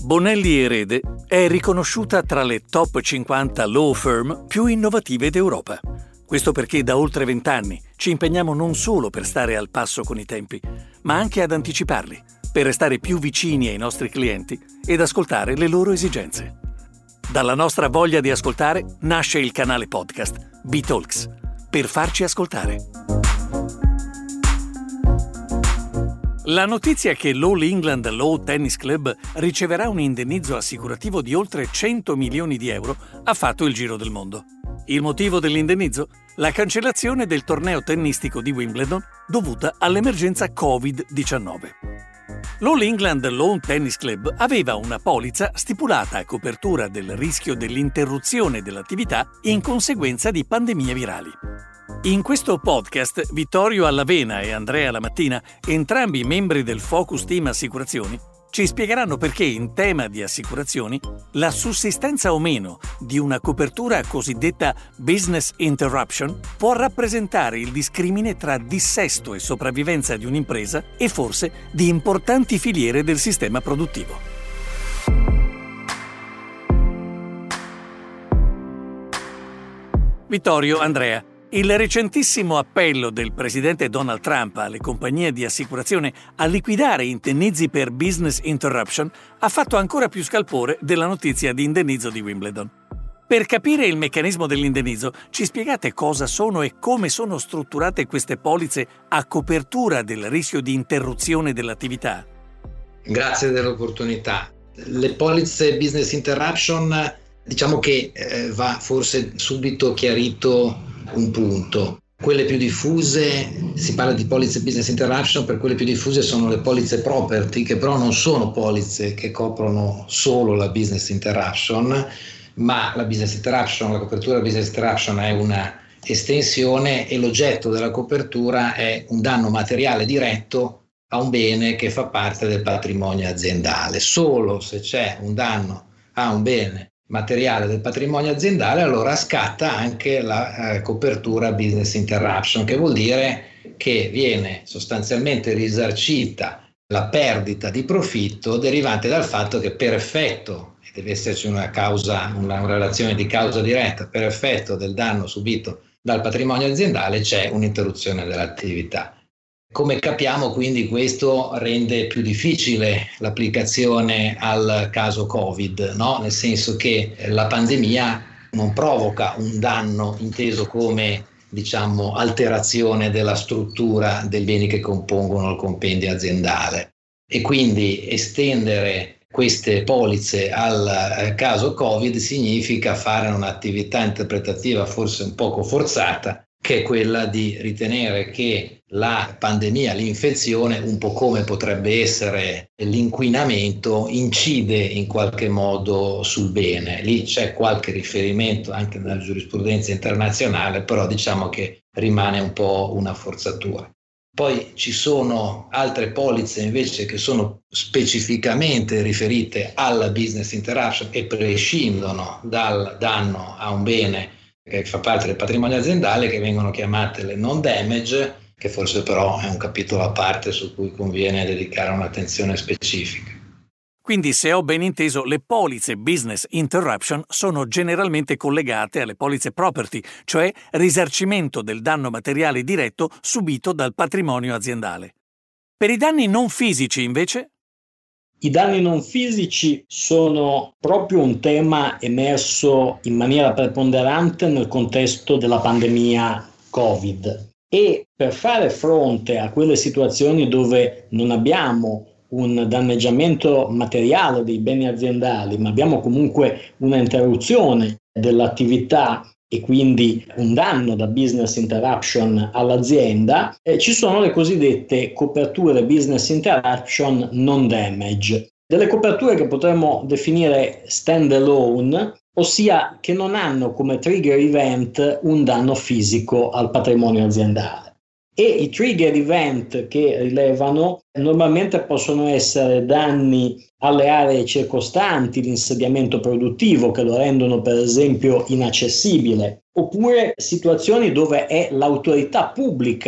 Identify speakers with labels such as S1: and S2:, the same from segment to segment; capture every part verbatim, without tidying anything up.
S1: Bonelli Erede è riconosciuta tra le top cinquanta law firm più innovative d'Europa. Questo perché da oltre vent'anni ci impegniamo non solo per stare al passo con i tempi, ma anche ad anticiparli, per restare più vicini ai nostri clienti ed ascoltare le loro esigenze. Dalla nostra voglia di ascoltare nasce il canale podcast B-Talks, per farci ascoltare. La notizia che l'All England Law Tennis Club riceverà un indennizzo assicurativo di oltre cento milioni di euro ha fatto il giro del mondo. Il motivo dell'indennizzo? La cancellazione del torneo tennistico di Wimbledon dovuta all'emergenza covid diciannove. L'All England Lawn Tennis Club aveva una polizza stipulata a copertura del rischio dell'interruzione dell'attività in conseguenza di pandemie virali. In questo podcast, Vittorio Allavena e Andrea Lamattina, entrambi membri del Focus Team Assicurazioni, ci spiegheranno perché in tema di assicurazioni la sussistenza o meno di una copertura cosiddetta business interruption può rappresentare il discrimine tra dissesto e sopravvivenza di un'impresa e forse di importanti filiere del sistema produttivo. Vittorio, Andrea, il recentissimo appello del presidente Donald Trump alle compagnie di assicurazione a liquidare indennizzi per business interruption ha fatto ancora più scalpore della notizia di indennizzo di Wimbledon. Per capire il meccanismo dell'indennizzo, ci spiegate cosa sono e come sono strutturate queste polizze a copertura del rischio di interruzione dell'attività?
S2: Grazie dell'opportunità. Le polizze business interruption, diciamo che eh, va forse subito chiarito un punto. Quelle più diffuse, si parla di polizze business interruption, per quelle più diffuse sono le polizze property, che però non sono polizze che coprono solo la business interruption, ma la business interruption, la copertura business interruption è una estensione e l'oggetto della copertura è un danno materiale diretto a un bene che fa parte del patrimonio aziendale. Solo se c'è un danno a un bene materiale del patrimonio aziendale, allora scatta anche la eh, copertura business interruption, che vuol dire che viene sostanzialmente risarcita la perdita di profitto derivante dal fatto che per effetto, e deve esserci una causa, una, una relazione di causa diretta, per effetto del danno subito dal patrimonio aziendale c'è un'interruzione dell'attività. Come capiamo, quindi, questo rende più difficile l'applicazione al caso Covid, no? Nel senso che la pandemia non provoca un danno inteso come, diciamo, alterazione della struttura dei beni che compongono il compendio aziendale, e quindi estendere queste polizze al caso Covid significa fare un'attività interpretativa forse un poco forzata, che è quella di ritenere che la pandemia, l'infezione, un po' come potrebbe essere l'inquinamento, incide in qualche modo sul bene. Lì c'è qualche riferimento anche nella giurisprudenza internazionale, però diciamo che rimane un po' una forzatura. Poi ci sono altre polizze invece che sono specificamente riferite alla business interruption e prescindono dal danno a un bene che fa parte del patrimonio aziendale, che vengono chiamate le non damage, che forse però è un capitolo a parte su cui conviene dedicare un'attenzione specifica.
S1: Quindi, se ho ben inteso, le polizze business interruption sono generalmente collegate alle polizze property, cioè risarcimento del danno materiale diretto subito dal patrimonio aziendale. Per i danni non fisici, invece?
S3: I danni non fisici sono proprio un tema emerso in maniera preponderante nel contesto della pandemia Covid, e per fare fronte a quelle situazioni dove non abbiamo un danneggiamento materiale dei beni aziendali, ma abbiamo comunque una interruzione dell'attività e quindi un danno da business interruption all'azienda, eh, ci sono le cosiddette coperture business interruption non damage, delle coperture che potremmo definire stand alone, ossia che non hanno come trigger event un danno fisico al patrimonio aziendale. E i trigger event che rilevano normalmente possono essere danni alle aree circostanti l'insediamento produttivo, che lo rendono per esempio inaccessibile, oppure situazioni dove è l'autorità pubblica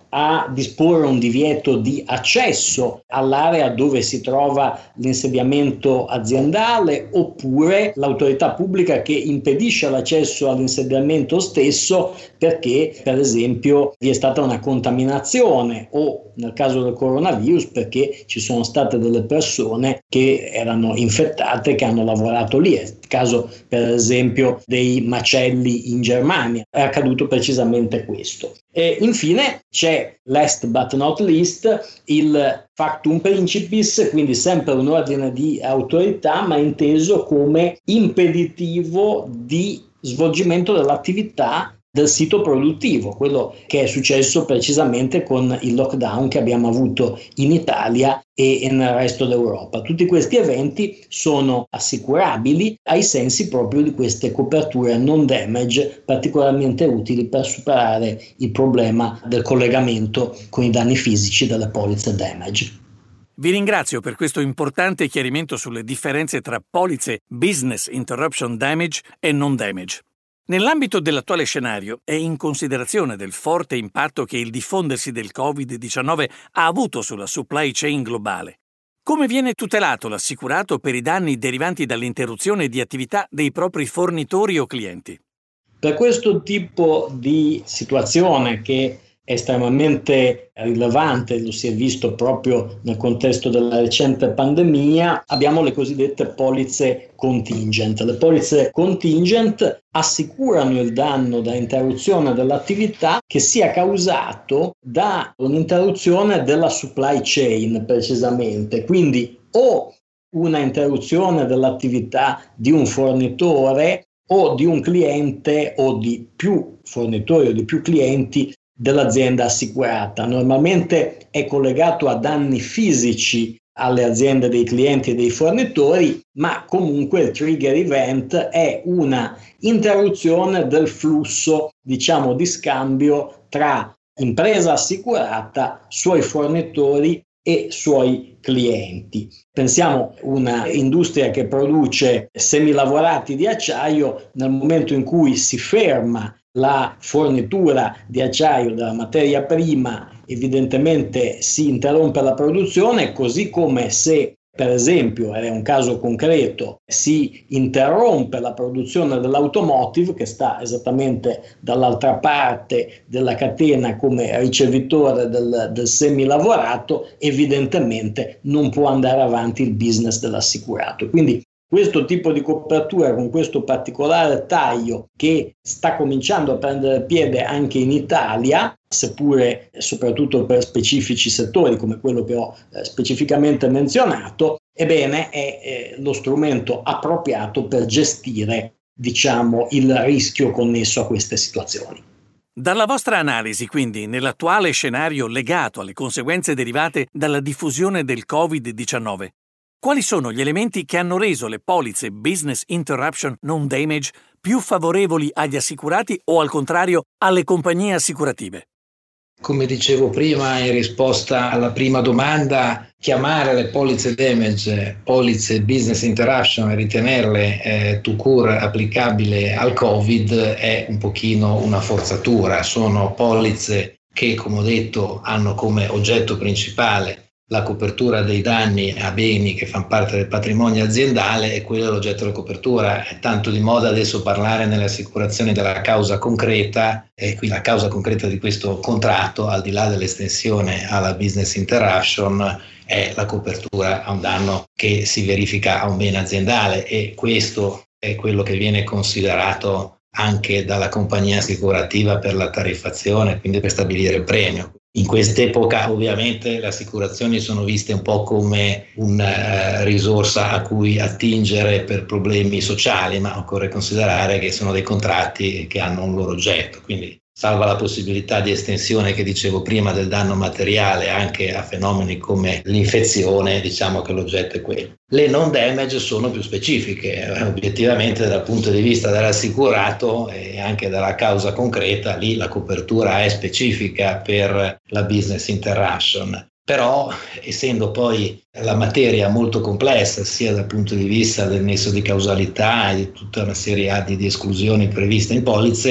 S3: a disporre un divieto di accesso all'area dove si trova l'insediamento aziendale, oppure l'autorità pubblica che impedisce l'accesso all'insediamento stesso perché, per esempio, vi è stata una contaminazione, o nel caso del coronavirus perché ci sono state delle persone che erano infettate che hanno lavorato lì. È il caso, per esempio, dei macelli in Germania. È accaduto precisamente questo. E infine c'è, last but not least, il factum principis, quindi sempre un ordine di autorità, ma inteso come impeditivo di svolgimento dell'attività del sito produttivo, quello che è successo precisamente con il lockdown che abbiamo avuto in Italia e nel resto d'Europa. Tutti questi eventi sono assicurabili ai sensi proprio di queste coperture non damage particolarmente utili per superare il problema del collegamento con i danni fisici delle polizze damage.
S1: Vi ringrazio per questo importante chiarimento sulle differenze tra polizze Business Interruption Damage e non damage. Nell'ambito dell'attuale scenario e in considerazione del forte impatto che il diffondersi del covid diciannove ha avuto sulla supply chain globale, come viene tutelato l'assicurato per i danni derivanti dall'interruzione di attività dei propri fornitori o clienti?
S3: Per questo tipo di situazione, che è estremamente rilevante, lo si è visto proprio nel contesto della recente pandemia, abbiamo le cosiddette polizze contingent. Le polizze contingent assicurano il danno da interruzione dell'attività che sia causato da un'interruzione della supply chain, precisamente, quindi o una interruzione dell'attività di un fornitore o di un cliente o di più fornitori o di più clienti dell'azienda assicurata. Normalmente è collegato a danni fisici alle aziende dei clienti e dei fornitori, ma comunque il trigger event è una interruzione del flusso, diciamo, di scambio tra impresa assicurata, suoi fornitori e suoi clienti. Pensiamo a una industria che produce semilavorati di acciaio. Nel momento in cui si ferma la fornitura di acciaio della materia prima, evidentemente si interrompe la produzione, così come se, per esempio, è un caso concreto, si interrompe la produzione dell'automotive, che sta esattamente dall'altra parte della catena come ricevitore del, del semilavorato, evidentemente non può andare avanti il business dell'assicurato. Quindi questo tipo di copertura con questo particolare taglio, che sta cominciando a prendere piede anche in Italia, seppure soprattutto per specifici settori come quello che ho eh, specificamente menzionato, ebbene è eh, lo strumento appropriato per gestire, diciamo, il rischio connesso a queste situazioni.
S1: Dalla vostra analisi, quindi, nell'attuale scenario legato alle conseguenze derivate dalla diffusione del covid diciannove, quali sono gli elementi che hanno reso le polizze Business Interruption Non Damage più favorevoli agli assicurati o, al contrario, alle compagnie assicurative?
S2: Come dicevo prima in risposta alla prima domanda, chiamare le polizze damage polizze Business Interruption e ritenerle eh, tout court applicabile al Covid è un pochino una forzatura. Sono polizze che, come ho detto, hanno come oggetto principale la copertura dei danni a beni che fanno parte del patrimonio aziendale, e quello è l'oggetto della copertura. È tanto di moda adesso parlare nelle assicurazioni della causa concreta, e qui la causa concreta di questo contratto, al di là dell'estensione alla business interruption, è la copertura a un danno che si verifica a un bene aziendale, e questo è quello che viene considerato anche dalla compagnia assicurativa per la tariffazione, quindi per stabilire il premio. In quest'epoca ovviamente le assicurazioni sono viste un po' come una uh, risorsa a cui attingere per problemi sociali, ma occorre considerare che sono dei contratti che hanno un loro oggetto, quindi salva la possibilità di estensione che dicevo prima del danno materiale anche a fenomeni come l'infezione, diciamo che l'oggetto è quello. Le non damage sono più specifiche, obiettivamente dal punto di vista dell'assicurato e anche dalla causa concreta, lì la copertura è specifica per la business interruption. Però, essendo poi la materia molto complessa, sia dal punto di vista del nesso di causalità e di tutta una serie di, di esclusioni previste in polizze,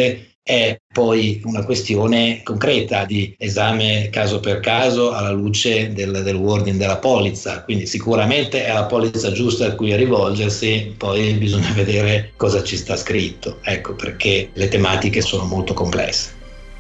S2: è poi una questione concreta di esame caso per caso alla luce del, del wording della polizza, quindi sicuramente è la polizza giusta a cui rivolgersi, poi bisogna vedere cosa ci sta scritto, ecco perché le tematiche sono molto complesse.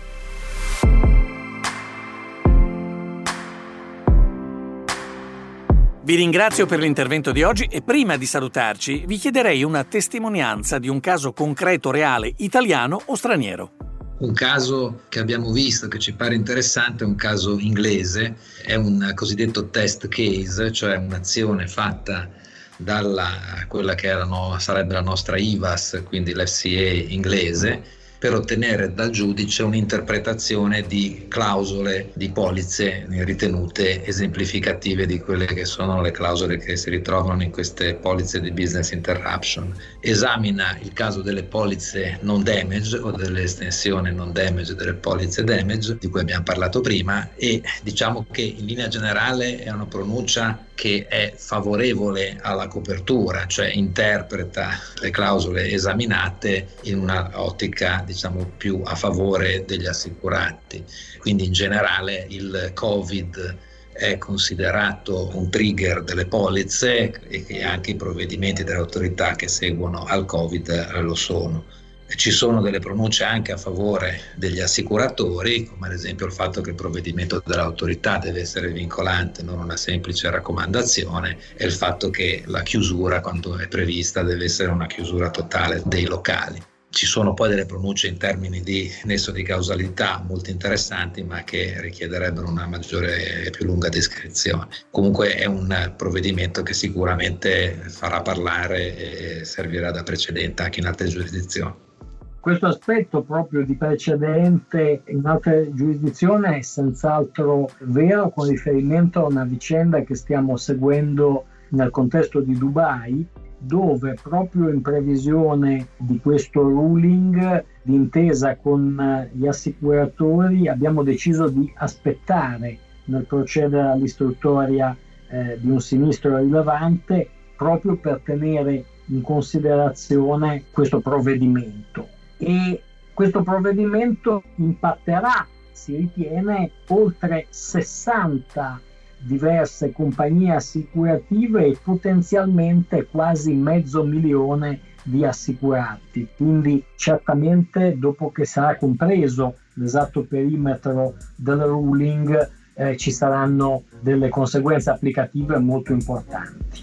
S1: Vi ringrazio per l'intervento di oggi e prima di salutarci vi chiederei una testimonianza di un caso concreto, reale, italiano o straniero.
S2: Un caso che abbiamo visto che ci pare interessante è un caso inglese, è un cosiddetto test case, cioè un'azione fatta dalla quella che erano, sarebbe la nostra I V A S, quindi l'F C A inglese, per ottenere dal giudice un'interpretazione di clausole di polizze ritenute esemplificative di quelle che sono le clausole che si ritrovano in queste polizze di business interruption. Esamina il caso delle polizze non damage o dell'estensione non damage delle polizze damage di cui abbiamo parlato prima e diciamo che in linea generale è una pronuncia che è favorevole alla copertura, cioè interpreta le clausole esaminate in una ottica diciamo più a favore degli assicurati. Quindi in generale il Covid è considerato un trigger delle polizze e che anche i provvedimenti delle autorità che seguono al Covid lo sono. Ci sono delle pronunce anche a favore degli assicuratori, come ad esempio il fatto che il provvedimento dell'autorità deve essere vincolante, non una semplice raccomandazione, e il fatto che la chiusura, quando è prevista, deve essere una chiusura totale dei locali. Ci sono poi delle pronunce in termini di nesso di causalità molto interessanti, ma che richiederebbero una maggiore e più lunga descrizione. Comunque è un provvedimento che sicuramente farà parlare e servirà da precedente anche in altre giurisdizioni.
S3: Questo aspetto proprio di precedente in altre giurisdizioni è senz'altro vero con riferimento a una vicenda che stiamo seguendo nel contesto di Dubai, dove proprio in previsione di questo ruling, d'intesa con gli assicuratori, abbiamo deciso di aspettare nel procedere all'istruttoria eh, di un sinistro rilevante proprio per tenere in considerazione questo provvedimento. E questo provvedimento impatterà, si ritiene, oltre sessanta diverse compagnie assicurative e potenzialmente quasi mezzo milione di assicurati. Quindi certamente dopo che sarà compreso l'esatto perimetro del ruling eh, ci saranno delle conseguenze applicative molto importanti.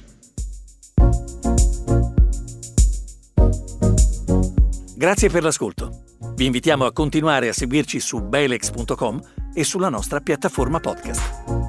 S1: Grazie per l'ascolto. Vi invitiamo a continuare a seguirci su Bailex punto com e sulla nostra piattaforma podcast.